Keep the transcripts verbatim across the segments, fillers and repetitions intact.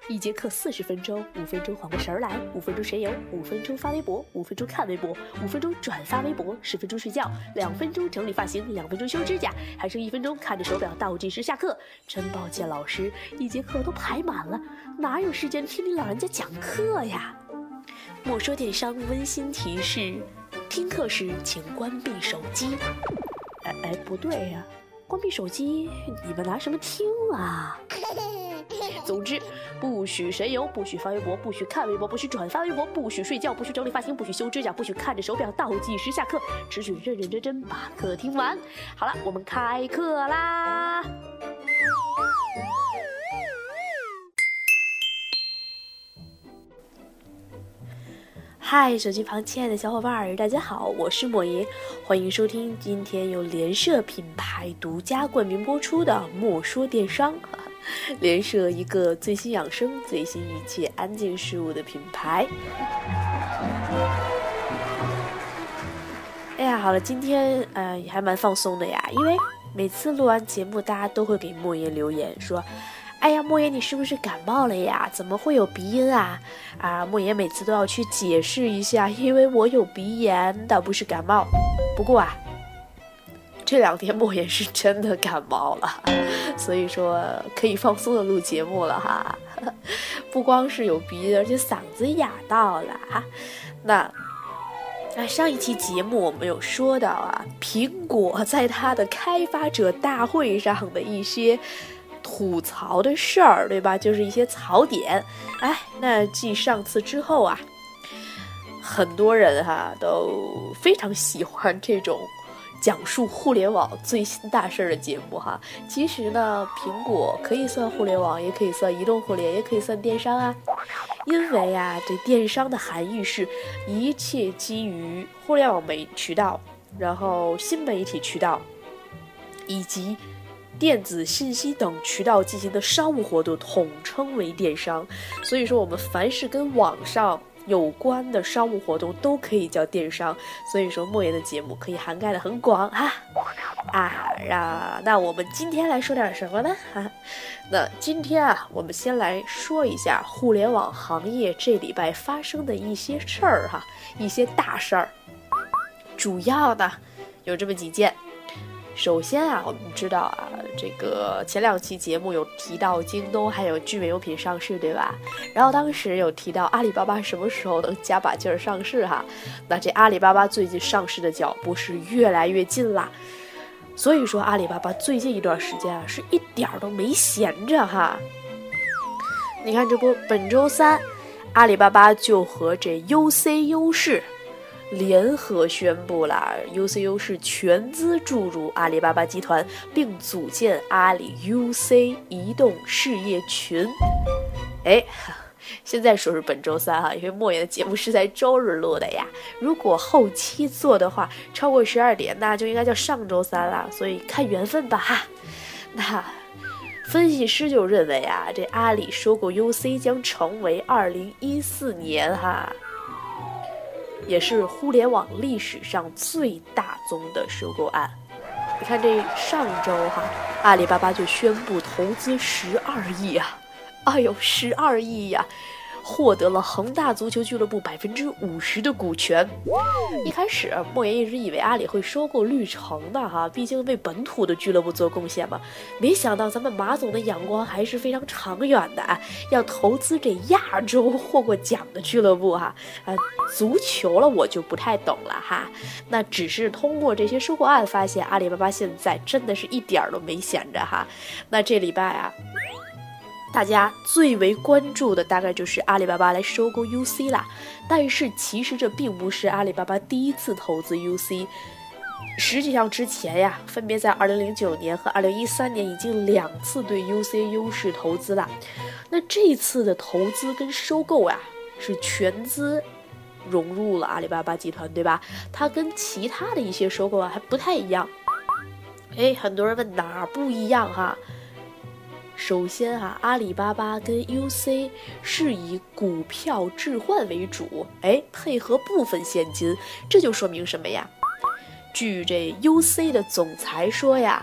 一节课四十分钟，五分钟缓过神儿来，五分钟神游，五分钟发微博，五分钟看微博，五分钟转发微博，十分钟睡觉，两分钟整理发型，两分钟修指甲，还剩一分钟看着手表倒计时下课。真抱歉，老师，一节课都排满了，哪有时间听你老人家讲课呀？莫说电商温馨提示：听课时请关闭手机。哎哎，不对呀、啊，关闭手机，你们拿什么听啊？总之，不许神游，不许发微博，不许看微博，不许转发微博，不许睡觉，不许整理发型，不许修指甲，不许看着手表倒计时下课，只许认认真真把课听完。好了，我们开课啦！嗨，手机旁亲爱的小伙伴儿，大家好，我是莫爷，欢迎收听今天由联社品牌独家冠名播出的《莫说电商》。联社一个最新养生、最新一切安静事物的品牌。哎呀，好了，今天呃也还蛮放松的呀，因为每次录完节目，大家都会给莫言留言说：“哎呀，莫言你是不是感冒了呀？怎么会有鼻音啊？”啊，莫言每次都要去解释一下，因为我有鼻炎，倒不是感冒。不过啊，这两天莫言是真的感冒了，所以说可以放松的录节目了哈。不光是有鼻音，而且嗓子哑到了哈。那啊，上一期节目我们有说到啊，苹果在它的开发者大会上的一些吐槽的事儿，对吧？就是一些槽点。哎，那继上次之后啊，很多人哈都非常喜欢这种讲述互联网最新大事的节目哈。其实呢，苹果可以算互联网，也可以算移动互联，也可以算电商啊。因为啊，这电商的含义是一切基于互联网媒渠道，然后新媒体渠道以及电子信息等渠道进行的商务活动统称为电商。所以说我们凡是跟网上有关的商务活动都可以叫电商。所以说莫言的节目可以涵盖的很广哈啊啊！那我们今天来说点什么呢？啊，那今天啊，我们先来说一下互联网行业这礼拜发生的一些事儿哈，一些大事儿。主要呢有这么几件。首先啊，我们知道啊，这个前两期节目有提到京东还有聚美优品上市，对吧？然后当时有提到阿里巴巴什么时候能加把劲儿上市哈。那这阿里巴巴最近上市的脚步是越来越近啦。所以说阿里巴巴最近一段时间啊，是一点儿都没闲着哈。你看这不，本周三，阿里巴巴就和这 U C 优视联合宣布了 U C 优视全资注入阿里巴巴集团，并组建阿里 U C 移动事业群。哎，现在说是本周三哈，因为莫言的节目是在周日录的呀。如果后期做的话，超过十二点，那就应该叫上周三了。所以看缘分吧哈。那分析师就认为啊，这阿里收购 U C 将成为二零一四年哈。也是互联网历史上最大宗的收购案。你看这上周哈，阿里巴巴就宣布投资十二亿啊，哎呦，十二亿呀、啊！获得了恒大足球俱乐部百分之五十的股权。一开始莫言一直以为阿里会收购绿城的哈，毕竟为本土的俱乐部做贡献嘛。没想到咱们马总的眼光还是非常长远的啊，要投资这亚洲获过奖的俱乐部哈。啊，足球了我就不太懂了哈。那只是通过这些收购案发现，阿里巴巴现在真的是一点都没闲着哈。那这礼拜啊，大家最为关注的大概就是阿里巴巴来收购 U C 啦。但是其实这并不是阿里巴巴第一次投资 U C， 实际上之前呀，分别在二零零九年和二零一三年已经两次对 U C 优势投资了。那这次的投资跟收购啊，是全资融入了阿里巴巴集团，对吧？它跟其他的一些收购啊还不太一样。哎，很多人问哪儿不一样哈？首先哈、啊，阿里巴巴跟 U C 是以股票置换为主，哎，配合部分现金，这就说明什么呀？据这 U C 的总裁说呀，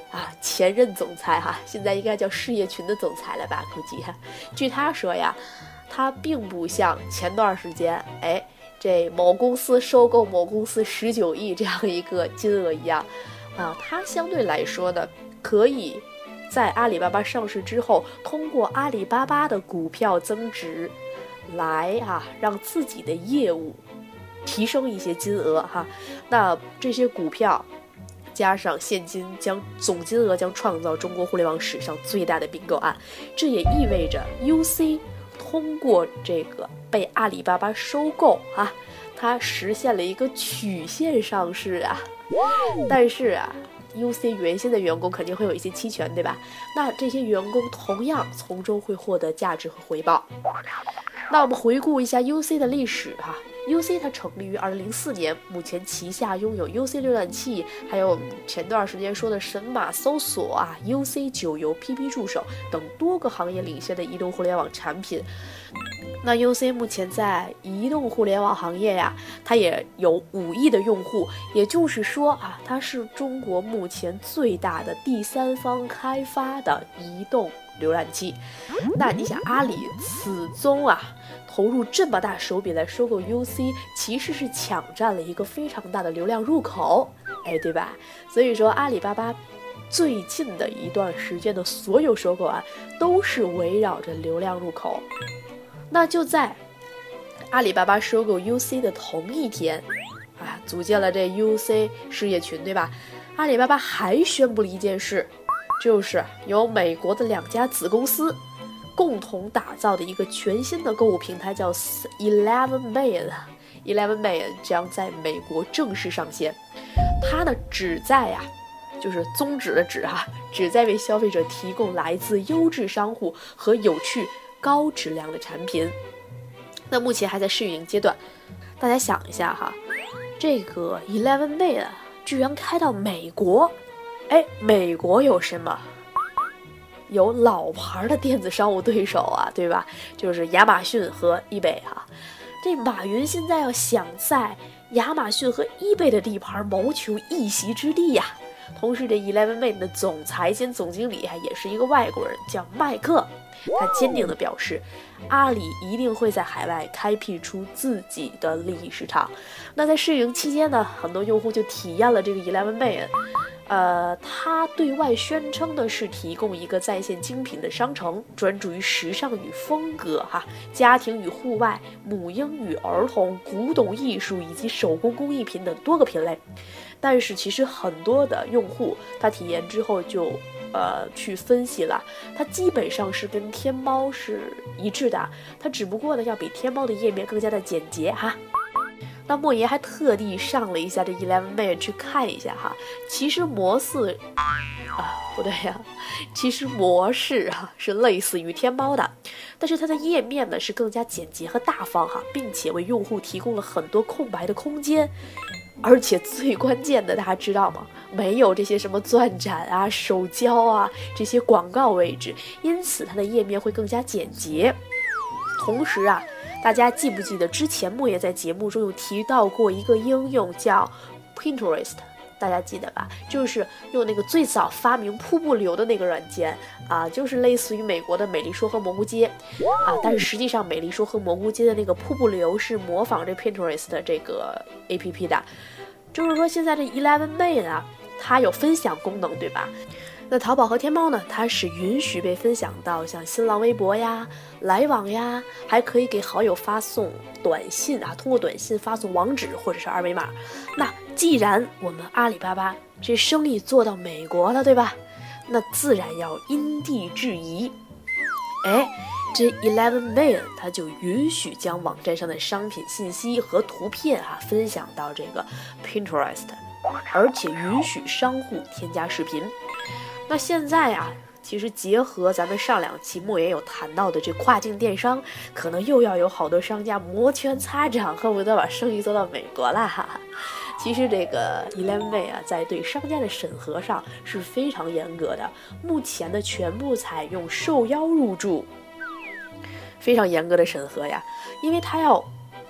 啊，前任总裁哈，现在应该叫事业群的总裁了吧？估计哈。据他说呀，他并不像前段时间，哎，这某公司收购某公司十九亿这样一个金额一样，啊，他相对来说呢，可以在阿里巴巴上市之后，通过阿里巴巴的股票增值，来啊，让自己的业务提升一些金额哈。那这些股票加上现金，将总金额将创造中国互联网史上最大的并购案。这也意味着 U C 通过这个被阿里巴巴收购啊，它实现了一个曲线上市啊。但是啊，U C 原先的员工肯定会有一些期权，对吧？那这些员工同样从中会获得价值和回报。那我们回顾一下 U C 的历史哈、啊、，U C 它成立于二零零四年，目前旗下拥有 U C 浏览器，还有前段时间说的神马搜索啊、U C 九游、P P 助手等多个行业领先的移动互联网产品。那 U C 目前在移动互联网行业呀，它也有五亿的用户，也就是说啊，它是中国目前最大的第三方开发的移动浏览器。那你想，阿里此宗啊投入这么大手笔来收购 U C， 其实是抢占了一个非常大的流量入口，哎，对吧？所以说阿里巴巴最近的一段时间的所有收购案都是围绕着流量入口。那就在阿里巴巴收购 U C 的同一天啊，组建了这 U C 事业群，对吧？阿里巴巴还宣布了一件事，就是由美国的两家子公司共同打造的一个全新的购物平台，叫 Eleven Mail。Eleven Mail 将在美国正式上线，它呢旨在呀、啊，就是宗旨的旨哈、啊，旨在为消费者提供来自优质商户和有趣高质量的产品。那目前还在试运营阶段，大家想一下哈，这个 Eleven Mail 居然开到美国，哎，美国有什么？有老牌的电子商务对手啊，对吧？就是亚马逊和 eBay 哈、啊。这马云现在要想在亚马逊和 eBay 的地盘谋求一席之地呀、啊。同时，这 Eleven Mail 的总裁兼总经理啊，也是一个外国人，叫麦克。他坚定地表示，阿里一定会在海外开辟出自己的利益市场。那在试营期间呢，很多用户就体验了这个 Eleven Mail。呃，它对外宣称的是提供一个在线精品的商城，专注于时尚与风格、哈家庭与户外、母婴与儿童、古董艺术以及手工工艺品等多个品类。但是其实很多的用户他体验之后就呃去分析了，它基本上是跟天猫是一致的，它只不过呢要比天猫的页面更加的简洁哈。那莫爷还特地上了一下这 Eleven Mail 去看一下哈，其实模式啊不对呀、啊，其实模式啊是类似于天猫的，但是它的页面呢是更加简洁和大方哈，并且为用户提供了很多空白的空间，而且最关键的大家知道吗？没有这些什么钻展啊、手胶啊这些广告位置，因此它的页面会更加简洁。同时啊，大家记不记得之前莫爷在节目中有提到过一个应用叫 Pinterest， 大家记得吧？就是用那个最早发明瀑布流的那个软件啊，就是类似于美国的美丽说和蘑菇街啊，但是实际上美丽说和蘑菇街的那个瀑布流是模仿这 Pinterest 的这个 A P P 的。就是说现在这 Eleven Mail 啊，它有分享功能，对吧？那淘宝和天猫呢，它是允许被分享到像新浪微博呀、来往呀，还可以给好友发送短信啊，通过短信发送网址或者是二维码。那既然我们阿里巴巴这生意做到美国了，对吧？那自然要因地制宜。哎，这 Eleven Mail 它就允许将网站上的商品信息和图片啊分享到这个 Pinterest， 而且允许商户添加视频。那现在啊，其实结合咱们上两期莫言有谈到的这跨境电商，可能又要有好多商家摩拳擦掌，恨不得把生意做到美国啦。哈哈。其实这个 Eleven Mail 啊，在对商家的审核上是非常严格的，目前的全部采用受邀入驻，非常严格的审核呀，因为它要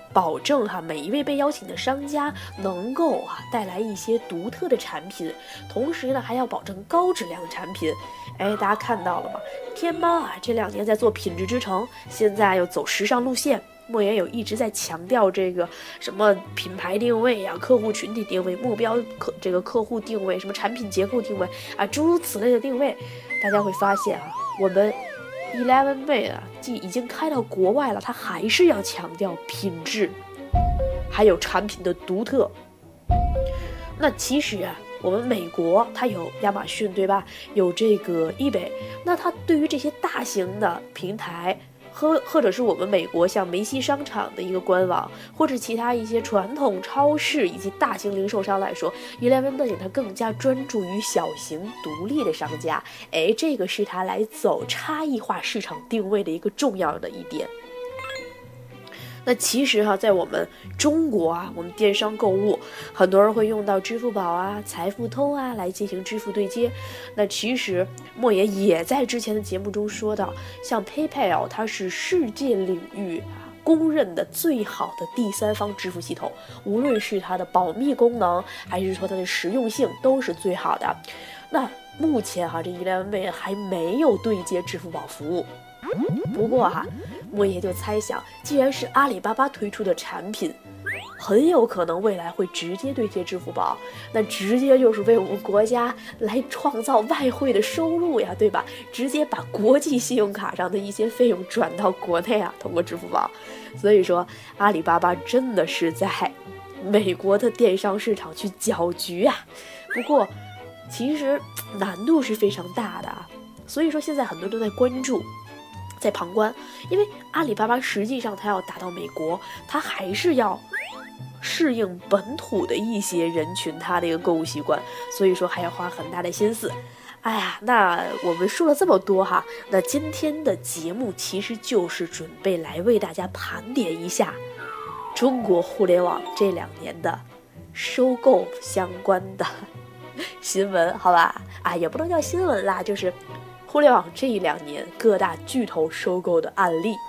保证哈每一位被邀请的商家能够啊带来一些独特的产品，同时呢还要保证高质量的产品。哎，大家看到了吗？天猫啊这两年在做品质之城，现在又走时尚路线。莫言有一直在强调这个什么品牌定位啊、客户群体定位、目标客这个客户定位、什么产品结构定位啊，诸如此类的定位。大家会发现啊，我们 Eleven Made 啊，既已经开到国外了，它还是要强调品质，还有产品的独特。那其实啊，我们美国它有亚马逊，对吧？有这个 eBay， 那它对于这些大型的平台。或或者是我们美国像梅西商场的一个官网，或者其他一些传统超市以及大型零售商来说 ，Eleven Made 它更加专注于小型独立的商家，哎，这个是它来走差异化市场定位的一个重要的一点。那其实哈，在我们中国啊，我们电商购物，很多人会用到支付宝啊、财付通啊来进行支付对接。那其实莫言也在之前的节目中说到，像 PayPal 它是世界领域啊公认的最好的第三方支付系统，无论是它的保密功能，还是说它的实用性，都是最好的。那目前哈，这Eleven Made还没有对接支付宝服务。不过哈，莫言就猜想，既然是阿里巴巴推出的产品，很有可能未来会直接对接支付宝，那直接就是为我们国家来创造外汇的收入呀，对吧？直接把国际信用卡上的一些费用转到国内啊，通过支付宝。所以说，阿里巴巴真的是在美国的电商市场去搅局啊。不过，其实难度是非常大的啊。所以说，现在很多人都在关注。在旁观，因为阿里巴巴实际上它要打到美国，它还是要适应本土的一些人群他的一个购物习惯，所以说还要花很大的心思。哎呀，那我们说了这么多哈，那今天的节目其实就是准备来为大家盘点一下中国互联网这两年的收购相关的新闻，好吧？啊，也不能叫新闻啦，就是互联网这一两年各大巨头收购的案例。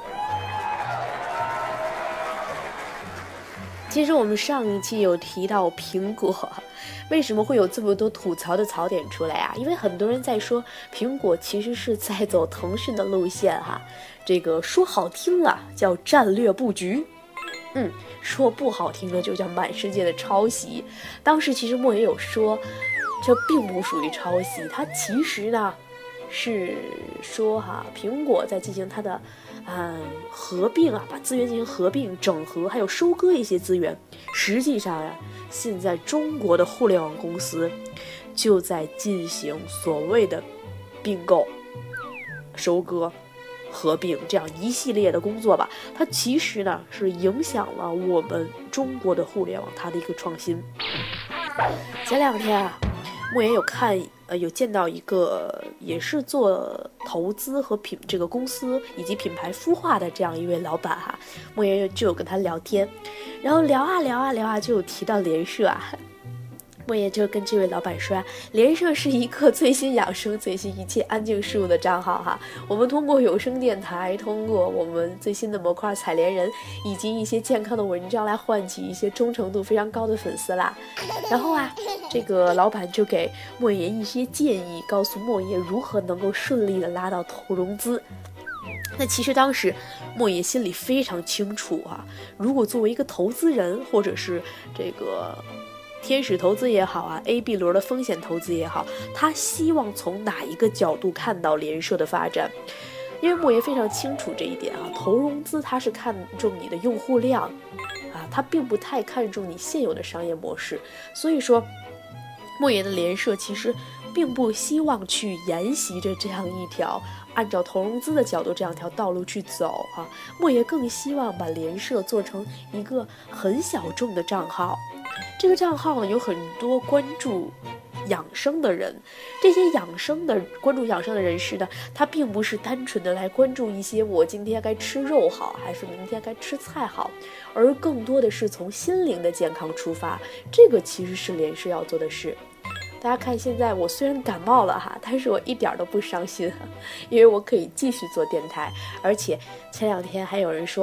其实我们上一期有提到苹果，为什么会有这么多吐槽的槽点出来啊？因为很多人在说苹果其实是在走腾讯的路线哈，这个说好听了叫战略布局，嗯，说不好听了就叫满世界的抄袭。当时其实莫言有说，这并不属于抄袭，它其实呢是说哈，苹果在进行它的嗯合并啊，把资源进行合并、整合，还有收割一些资源。实际上呀，现在中国的互联网公司就在进行所谓的并购、收割、合并这样一系列的工作吧。它其实呢是影响了我们中国的互联网它的一个创新。前两天啊，莫言有看。呃，有见到一个也是做投资和品这个公司以及品牌孵化的这样一位老板哈，莫言就有跟他聊天，然后聊啊聊啊聊啊，就有提到联社啊。莫言就跟这位老板说，联社是一个最新养生、最新一切安静事物的账号哈。我们通过有声电台，通过我们最新的模块采莲人，以及一些健康的文章来唤起一些忠诚度非常高的粉丝啦。然后啊，这个老板就给莫言一些建议，告诉莫言如何能够顺利的拉到投融资。那其实当时莫言心里非常清楚啊，如果作为一个投资人，或者是这个天使投资也好啊 ，A B 轮的风险投资也好，他希望从哪一个角度看到联社的发展？因为莫言非常清楚这一点啊，投融资他是看重你的用户量啊，他并不太看重你现有的商业模式，所以说莫言的联社其实并不希望去沿袭着这样一条按照投融资的角度这样一条道路去走啊，莫言更希望把联社做成一个很小众的账号。这个账号呢，有很多关注养生的人，这些养生的关注养生的人士呢，他并不是单纯的来关注一些我今天该吃肉好，还是明天该吃菜好，而更多的是从心灵的健康出发。这个其实是联社要做的事。大家看，现在我虽然感冒了哈，但是我一点都不伤心，因为我可以继续做电台。而且前两天还有人说，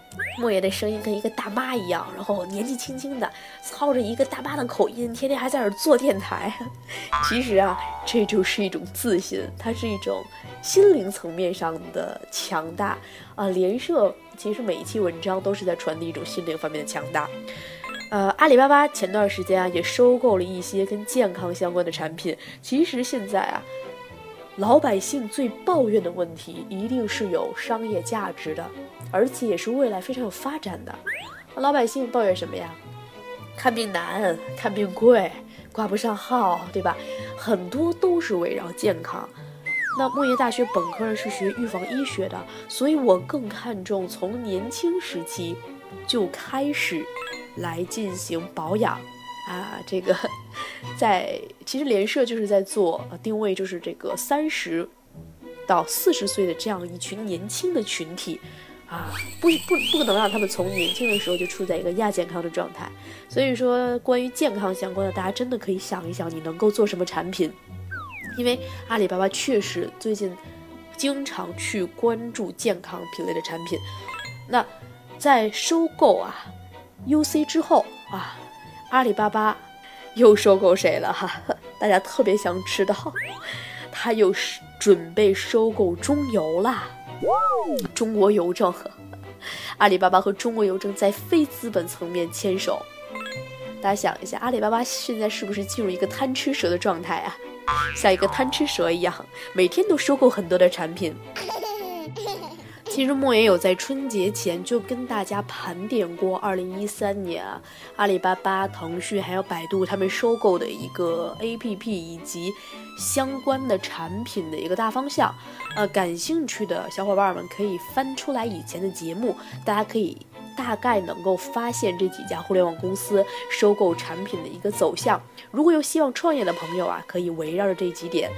莫言的声音跟一个大妈一样，然后年纪轻轻的，操着一个大妈的口音，天天还在那儿做电台。其实啊，这就是一种自信，它是一种心灵层面上的强大啊。联社其实每一期文章都是在传递一种心灵方面的强大。呃，阿里巴巴前段时间啊也收购了一些跟健康相关的产品。其实现在啊，老百姓最抱怨的问题一定是有商业价值的，而且也是未来非常有发展的。老百姓抱怨什么呀？看病难，看病贵，挂不上号，对吧？很多都是围绕健康。那莫言大学本科是学预防医学的，所以我更看重从年轻时期就开始来进行保养啊。这个在其实联社就是在做定位，就是这个三十到四十岁的这样一群年轻的群体啊，不不不可能让他们从年轻的时候就处在一个亚健康的状态。所以说，关于健康相关的，大家真的可以想一想，你能够做什么产品。因为阿里巴巴确实最近经常去关注健康品类的产品。那在收购啊 U C 之后啊，阿里巴巴又收购谁了哈？大家特别想知道，他又是准备收购中邮啦。中国邮政，阿里巴巴和中国邮政在非资本层面牵手。大家想一下，阿里巴巴现在是不是进入一个贪吃蛇的状态啊？像一个贪吃蛇一样，每天都收购很多的产品。其实莫言有在春节前就跟大家盘点过二零一三年啊，阿里巴巴、腾讯还有百度他们收购的一个 A P P 以及相关的产品的一个大方向。呃，感兴趣的小伙伴们可以翻出来以前的节目，大家可以大概能够发现这几家互联网公司收购产品的一个走向。如果有希望创业的朋友啊，可以围绕着这几点。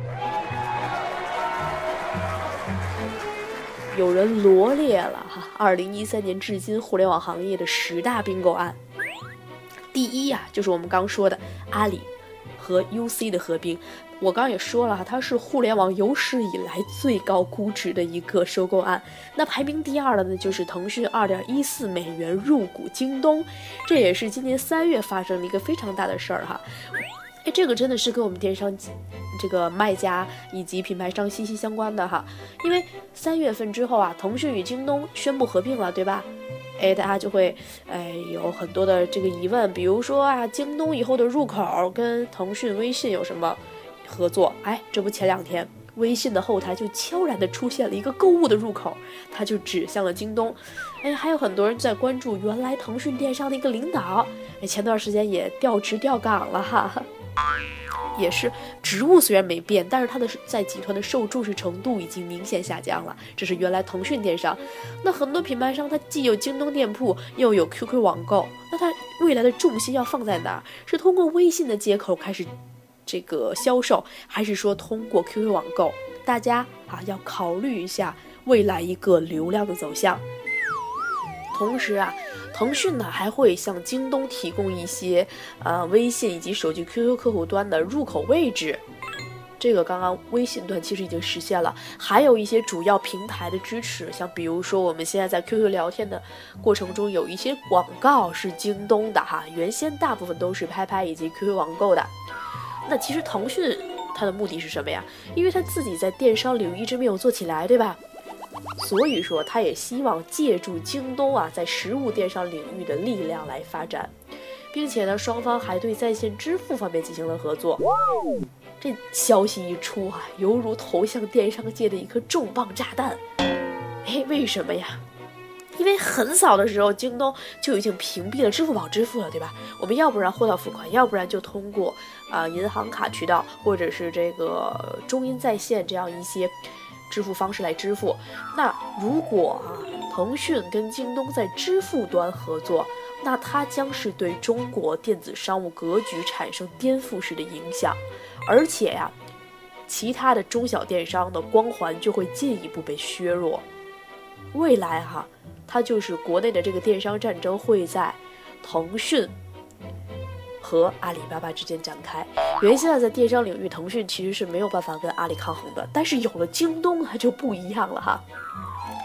有人罗列了哈，二零一三年至今互联网行业的十大并购案。第一呀、啊，就是我们刚说的阿里和 U C 的合并。我刚刚也说了哈，它是互联网有史以来最高估值的一个收购案。那排名第二的呢，就是腾讯二点一四美元入股京东，这也是今年三月发生的一个非常大的事儿哈。哎，这个真的是跟我们电商这个卖家以及品牌商息息相关的哈，因为三月份之后啊，腾讯与京东宣布合并了，对吧？哎，大家就会哎有很多的这个疑问，比如说啊，京东以后的入口跟腾讯微信有什么合作？哎，这不前两天微信的后台就悄然的出现了一个购物的入口，它就指向了京东。哎，还有很多人在关注原来腾讯电商的一个领导，哎，前段时间也调职调岗了哈。也是职务虽然没变，但是它的在集团的受重视程度已经明显下降了。这是原来腾讯电商。那很多品牌商它既有京东店铺，又有 Q Q 网购，那它未来的重心要放在哪儿？是通过微信的接口开始这个销售，还是说通过 Q Q 网购？大家啊要考虑一下未来一个流量的走向。同时啊，腾讯呢还会向京东提供一些呃微信以及手机 Q Q 客户端的入口位置，这个刚刚微信端其实已经实现了，还有一些主要平台的支持，像比如说我们现在在 Q Q 聊天的过程中有一些广告是京东的哈，原先大部分都是拍拍以及 Q Q 网购的。那其实腾讯它的目的是什么呀？因为它自己在电商领域一直没有做起来，对吧？所以说他也希望借助京东啊在实物电商领域的力量来发展，并且呢双方还对在线支付方面进行了合作。这消息一出啊，犹如投向电商界的一颗重磅炸弹。哎，为什么呀？因为很早的时候京东就已经屏蔽了支付宝支付了，对吧？我们要不然货到付款，要不然就通过啊、呃、银行卡渠道或者是这个中银在线这样一些支付方式来支付。那如果啊，腾讯跟京东在支付端合作，那它将是对中国电子商务格局产生颠覆式的影响，而且呀、啊，其他的中小电商的光环就会进一步被削弱。未来哈、啊，它就是国内的这个电商战争会在腾讯和阿里巴巴之间展开。原先啊，在电商领域，腾讯其实是没有办法跟阿里抗衡的，但是有了京东，它就不一样了哈。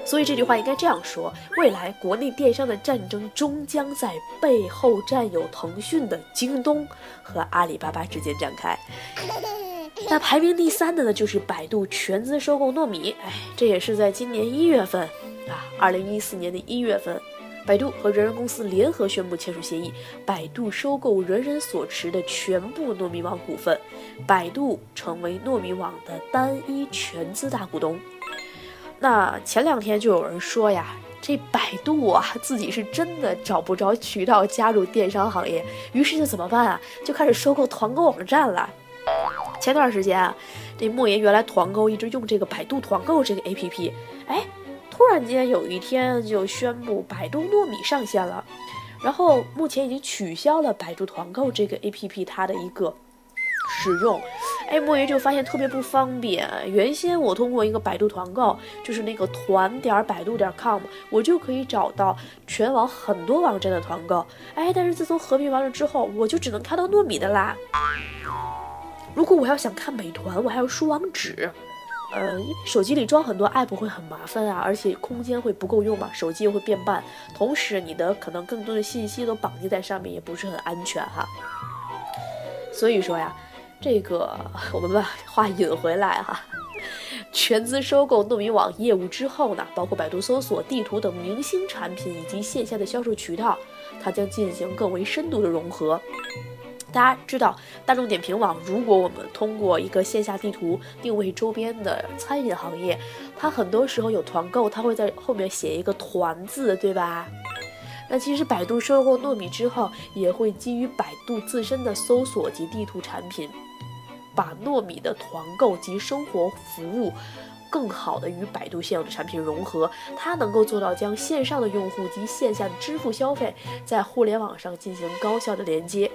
所以这句话应该这样说：未来国内电商的战争终将在背后占有腾讯的京东和阿里巴巴之间展开。那排名第三的呢，就是百度全资收购糯米。哎，这也是在今年一月份啊，二零一四年的一月份，百度和人人公司联合宣布签署协议，百度收购人人所持的全部糯米网股份，百度成为糯米网的单一全资大股东。那前两天就有人说呀，这百度啊自己是真的找不着渠道加入电商行业，于是就怎么办啊？就开始收购团购网站了。前段时间啊，这莫言原来团购一直用这个百度团购这个 A P P， 哎，突然间有一天就宣布百度糯米上线了，然后目前已经取消了百度团购这个 A P P 它的一个使用。哎，莫言就发现特别不方便。原先我通过一个百度团购，就是那个团点百度点 com， 我就可以找到全网很多网站的团购。哎，但是自从合并完了之后，我就只能看到糯米的啦。如果我要想看美团，我还要输网址，呃，因为手机里装很多 app 会很麻烦啊，而且空间会不够用嘛，手机又会变慢，同时你的可能更多的信息都绑定在上面，也不是很安全哈。所以说呀，这个我们把话引回来哈，全资收购糯米网业务之后呢，包括百度搜索、地图等明星产品以及线下的销售渠道，它将进行更为深度的融合。大家知道大众点评网，如果我们通过一个线下地图定位周边的餐饮行业，它很多时候有团购，它会在后面写一个团字，对吧？那其实百度收购糯米之后，也会基于百度自身的搜索及地图产品，把糯米的团购及生活服务更好的与百度现有的产品融合，它能够做到将线上的用户及线下的支付消费在互联网上进行高效的连接。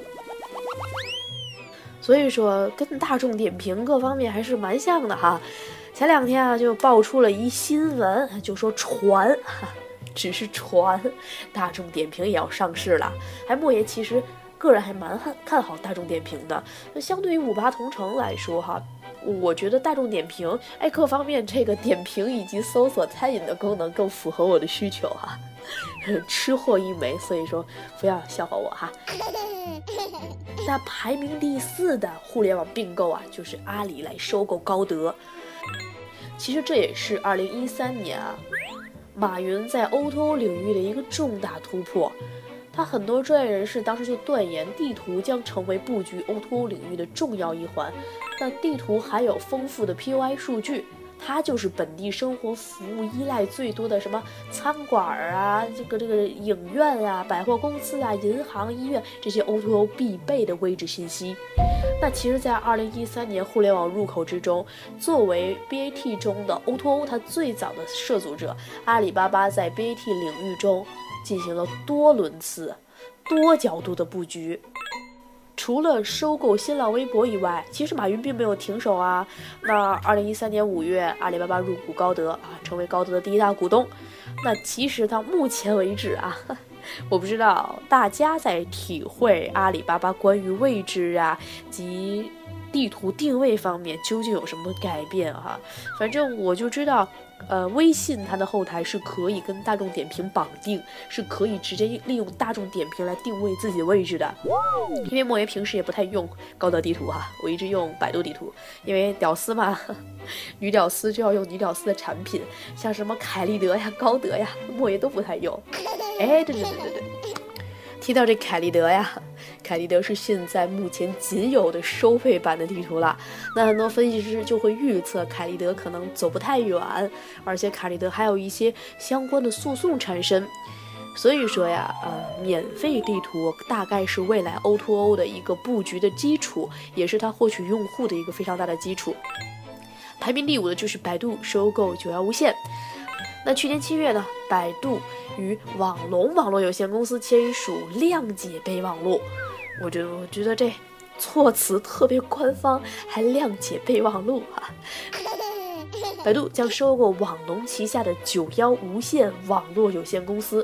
所以说跟大众点评各方面还是蛮像的哈。前两天啊就爆出了一新闻，就说传只是传大众点评也要上市了。还莫言其实个人还蛮看好大众点评的，那相对于五八同城来说哈，我觉得大众点评哎各方面这个点评以及搜索餐饮的功能更符合我的需求哈。吃货一枚，所以说不要笑话我哈。那排名第四的互联网并购啊，就是阿里来收购高德。其实这也是二零一三年啊，马云在 O to O 领域的一个重大突破。他很多专业人士当时就断言，地图将成为布局 O to O 领域的重要一环。那地图含有丰富的 P O I 数据，它就是本地生活服务依赖最多的什么餐馆啊，这个这个影院啊、百货公司啊、银行、医院这些 O to O 必备的位置信息。那其实，在二零一三年互联网入口之中，作为 B A T 中的 O to O 它最早的涉足者，阿里巴巴在 B A T 领域中进行了多轮次、多角度的布局。除了收购新浪微博以外，其实马云并没有停手啊。那二零一三年五月，阿里巴巴入股高德啊，成为高德的第一大股东。那其实到目前为止啊，我不知道大家在体会阿里巴巴关于位置啊及地图定位方面究竟有什么改变哈、啊？反正我就知道。呃，微信它的后台是可以跟大众点评绑定，是可以直接利用大众点评来定位自己的位置的。因为莫言平时也不太用高德地图哈，我一直用百度地图，因为屌丝嘛，女屌丝就要用女屌丝的产品，像什么凯立德呀、高德呀，莫言都不太用。哎，对对对对对，提到这凯立德呀。凯立德是现在目前仅有的收费版的地图了，那很多分析师就会预测凯立德可能走不太远，而且凯立德还有一些相关的诉讼缠身，所以说呀，呃，免费地图大概是未来 O to O 的一个布局的基础，也是它获取用户的一个非常大的基础。排名第五的就是百度收购九幺无线。那去年七月呢，百度与网龙网络有限公司签署谅解备忘录。我觉得，我觉得这措辞特别官方，还谅解备忘录啊！百度将收购网龙旗下的九幺无线网络有限公司。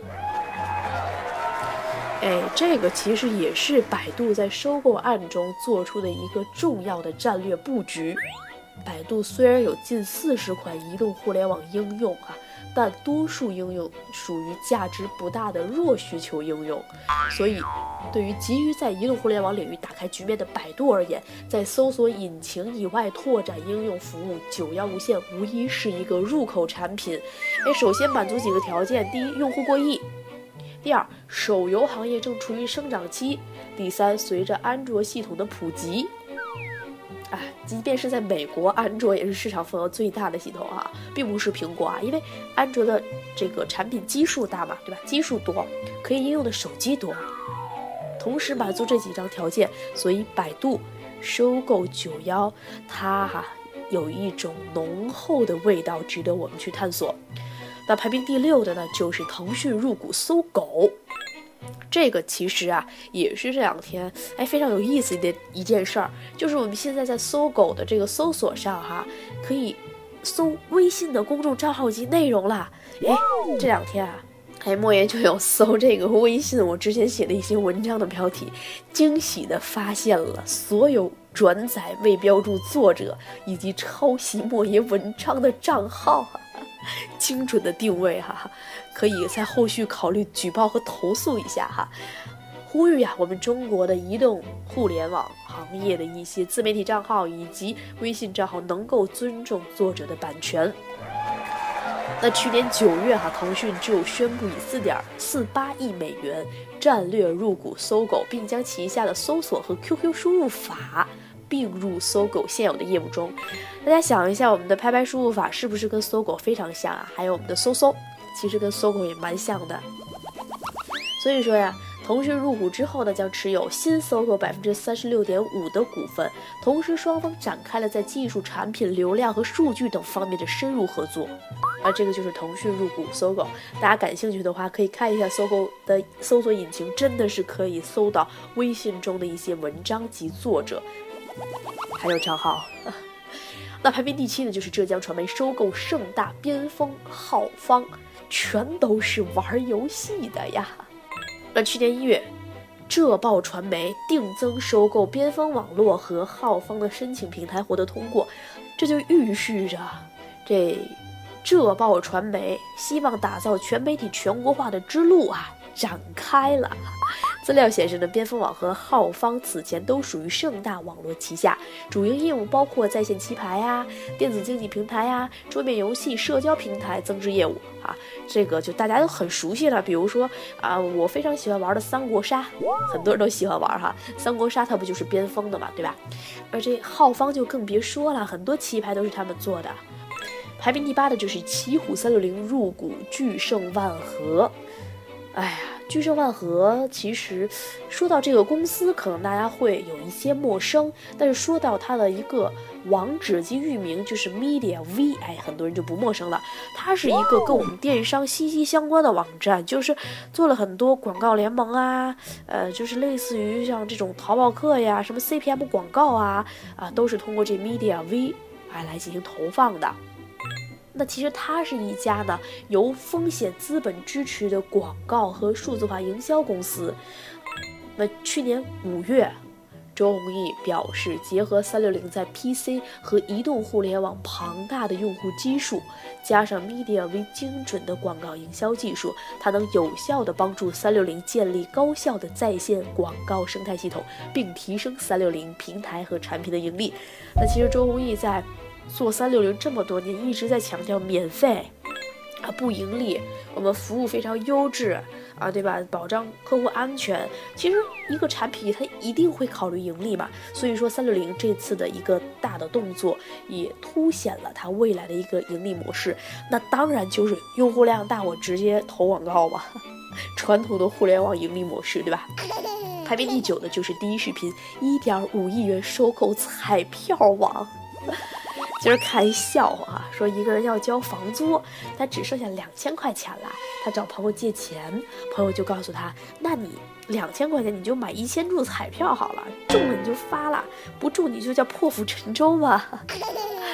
哎，这个其实也是百度在收购案中做出的一个重要的战略布局。百度虽然有近四十款移动互联网应用啊， 但多数应用属于价值不大的弱需求应用。所以对于急于在移动互联网领域打开局面的百度而言，在搜索引擎以外拓展应用服务，九幺无线无疑是一个入口产品。哎，首先满足几个条件：第一，用户过亿；第二，手游行业正处于生长期；第三，随着安卓系统的普及，哎，即便是在美国，安卓也是市场份额最大的系统啊，并不是苹果啊，因为安卓的这个产品基数大嘛，对吧？基数多，可以应用的手机多。同时满足这几张条件，所以百度收购九幺，它哈、啊、有一种浓厚的味道，值得我们去探索。那排名第六的呢，就是腾讯入股搜狗。这个其实啊，也是这两天哎非常有意思的一件事儿，就是我们现在在搜狗的这个搜索上哈，可以搜微信的公众账号及内容啦。哎，这两天啊。哎，莫言就有搜这个微信，我之前写的一些文章的标题，惊喜地发现了所有转载未标注作者以及抄袭莫言文章的账号，精准的定位哈，可以在后续考虑举报和投诉一下哈。呼吁呀、啊，我们中国的移动互联网行业的一些自媒体账号以及微信账号能够尊重作者的版权。那去年九月哈、啊，腾讯就宣布以四点四八亿美元战略入股搜狗，并将旗下的搜索和 Q Q 输入法并入搜狗现有的业务中。大家想一下，我们的拍拍输入法是不是跟搜狗非常像啊？还有我们的搜搜，其实跟搜狗也蛮像的。所以说呀，腾讯入股之后呢，将持有新搜狗百分之三十六点五的股份，同时双方展开了在技术、产品、流量和数据等方面的深入合作。而这个就是腾讯入股搜狗，大家感兴趣的话，可以看一下搜狗的搜索引擎，真的是可以搜到微信中的一些文章及作者，还有账号。那排名第七呢，就是浙江传媒收购盛大、边锋、浩方，全都是玩游戏的呀。那去年一月，浙报传媒定增收购边锋网络和浩方的申请平台获得通过，这就预示着这浙报传媒希望打造全媒体全国化的之路啊展开了。资料显示呢，边锋网和浩方此前都属于盛大网络旗下，主营业务包括在线棋牌呀、电子竞技平台呀、桌面游戏、社交平台增值业务啊。这个就大家都很熟悉了，比如说啊，我非常喜欢玩的三国杀，很多人都喜欢玩哈。三国杀它不就是边锋的嘛，对吧？而这浩方就更别说了，很多棋牌都是他们做的。排名第八的就是奇虎三六零入股巨盛万和。哎呀，巨盛万和其实说到这个公司，可能大家会有一些陌生，但是说到它的一个网址及域名就是 Media V， 哎，很多人就不陌生了。它是一个跟我们电商息息相关的网站，就是做了很多广告联盟啊，呃，就是类似于像这种淘宝客呀、什么 C P M 广告啊，啊，都是通过这 Media V 哎来进行投放的。那其实它是一家呢由风险资本支持的广告和数字化营销公司。那去年五月，周鸿祎表示，结合三六零在 P C 和移动互联网庞大的用户基数，加上 MediaV 精准的广告营销技术，它能有效地帮助三六零建立高效的在线广告生态系统，并提升三六零平台和产品的盈利。那其实周鸿祎在做三六零这么多年，一直在强调免费啊，不盈利，我们服务非常优质啊，对吧？保障客户安全。其实一个产品它一定会考虑盈利嘛，所以说三六零这次的一个大的动作，也凸显了它未来的一个盈利模式。那当然就是用户量大，我直接投广告嘛，传统的互联网盈利模式，对吧？排名第九的就是第一视频一点五亿元收购彩票网。今儿看一笑话啊，说一个人要交房租，他只剩下两千块钱了，他找朋友借钱，朋友就告诉他，那你两千块钱你就买一千注彩票好了，中了你就发了，不中你就叫破釜沉舟嘛。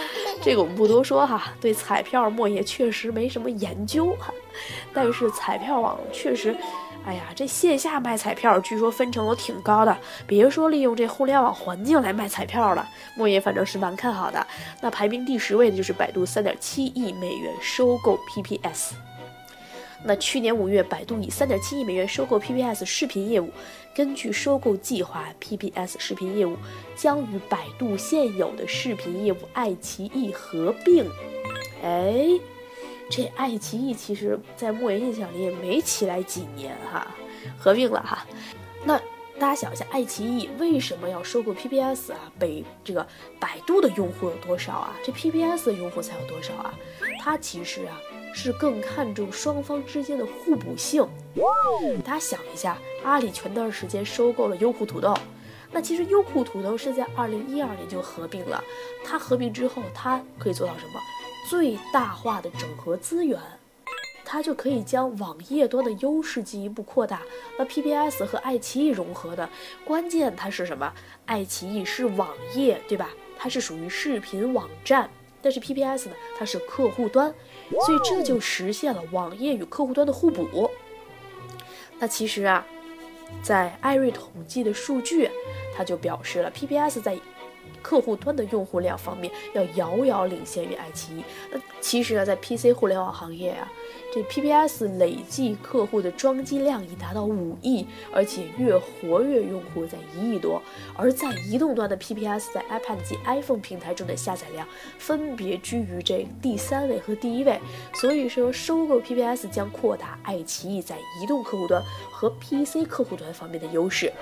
这个我们不多说哈，对彩票莫爷确实没什么研究哈，但是彩票网确实，哎呀，这线下卖彩票据说分成都挺高的，别说利用这互联网环境来卖彩票了，莫爷反正是蛮看好的。那排名第十位的就是百度三点七亿美元收购 P P S。那去年五月，百度以三点七亿美元收购 P P S 视频业务。根据收购计划 ，P P S 视频业务将与百度现有的视频业务爱奇艺合并。哎，这爱奇艺其实在莫言印象里也没起来几年哈，合并了哈。那大家想一下，爱奇艺为什么要收购 P P S 啊？北这个百度的用户有多少啊？这 P P S 的用户才有多少啊？它其实啊是更看重双方之间的互补性。大家想一下，阿里前段时间收购了优酷土豆，那其实优酷土豆是在二零一二年就合并了，它合并之后，它可以做到什么？最大化的整合资源。它就可以将网页端的优势进一步扩大。那 P P S 和爱奇艺融合的关键，它是什么？爱奇艺是网页，对吧？它是属于视频网站，但是 P P S 呢，它是客户端，所以这就实现了网页与客户端的互补。那其实啊，在艾瑞统计的数据，它就表示了 P P S 在客户端的用户量方面要遥遥领先于爱奇艺。那其实啊，在 P C 互联网行业啊，这 P P S 累计客户的装机量已达到五亿，而且月活跃用户在一亿多。而在移动端的 P P S 在 iPad 及 iPhone 平台中的下载量分别居于这第三位和第一位。所以说，收购 P P S 将扩大爱奇艺在移动客户端和 P C 客户端方面的优势。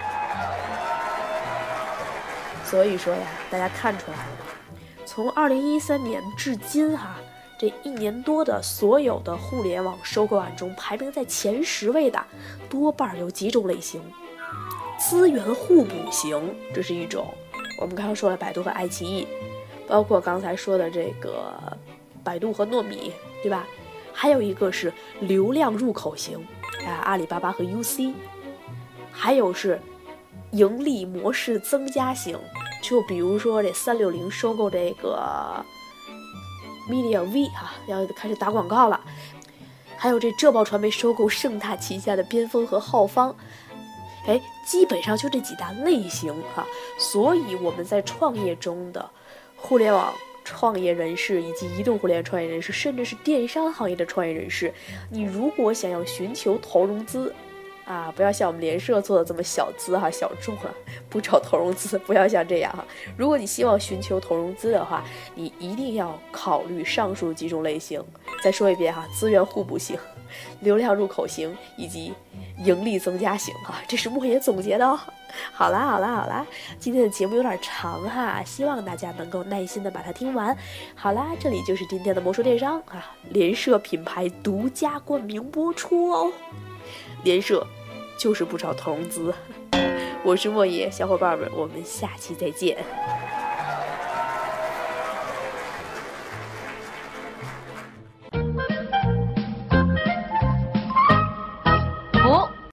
所以说呀，大家看出来了吗？从二零一三年至今哈、啊，这一年多的所有的互联网收购案中，排名在前十位的多半有几种类型：资源互补型，这是一种；我们刚刚说了百度和爱奇艺，包括刚才说的这个百度和糯米，对吧？还有一个是流量入口型，啊，阿里巴巴和 U C， 还有是盈利模式增加型，就比如说这三六零收购这个 Media V 啊，要开始打广告了。还有这浙报传媒收购盛大旗下的边锋和浩方，哎，基本上就这几大类型啊。所以我们在创业中的互联网创业人士以及移动互联网创业人士，甚至是电商行业的创业人士，你如果想要寻求投融资啊，不要像我们联社做的这么小资哈、小众啊，不找投融资，不要像这样哈。如果你希望寻求投融资的话，你一定要考虑上述几种类型。再说一遍哈，资源互补型、流量入口型以及盈利增加型哈，这是莫言总结的哦。好啦好啦好啦，今天的节目有点长哈，希望大家能够耐心的把它听完。好啦，这里就是今天的魔术电商啊，联社品牌独家冠名播出哦。联社就是不找投融资。我是莫爷，小伙伴们，我们下期再见。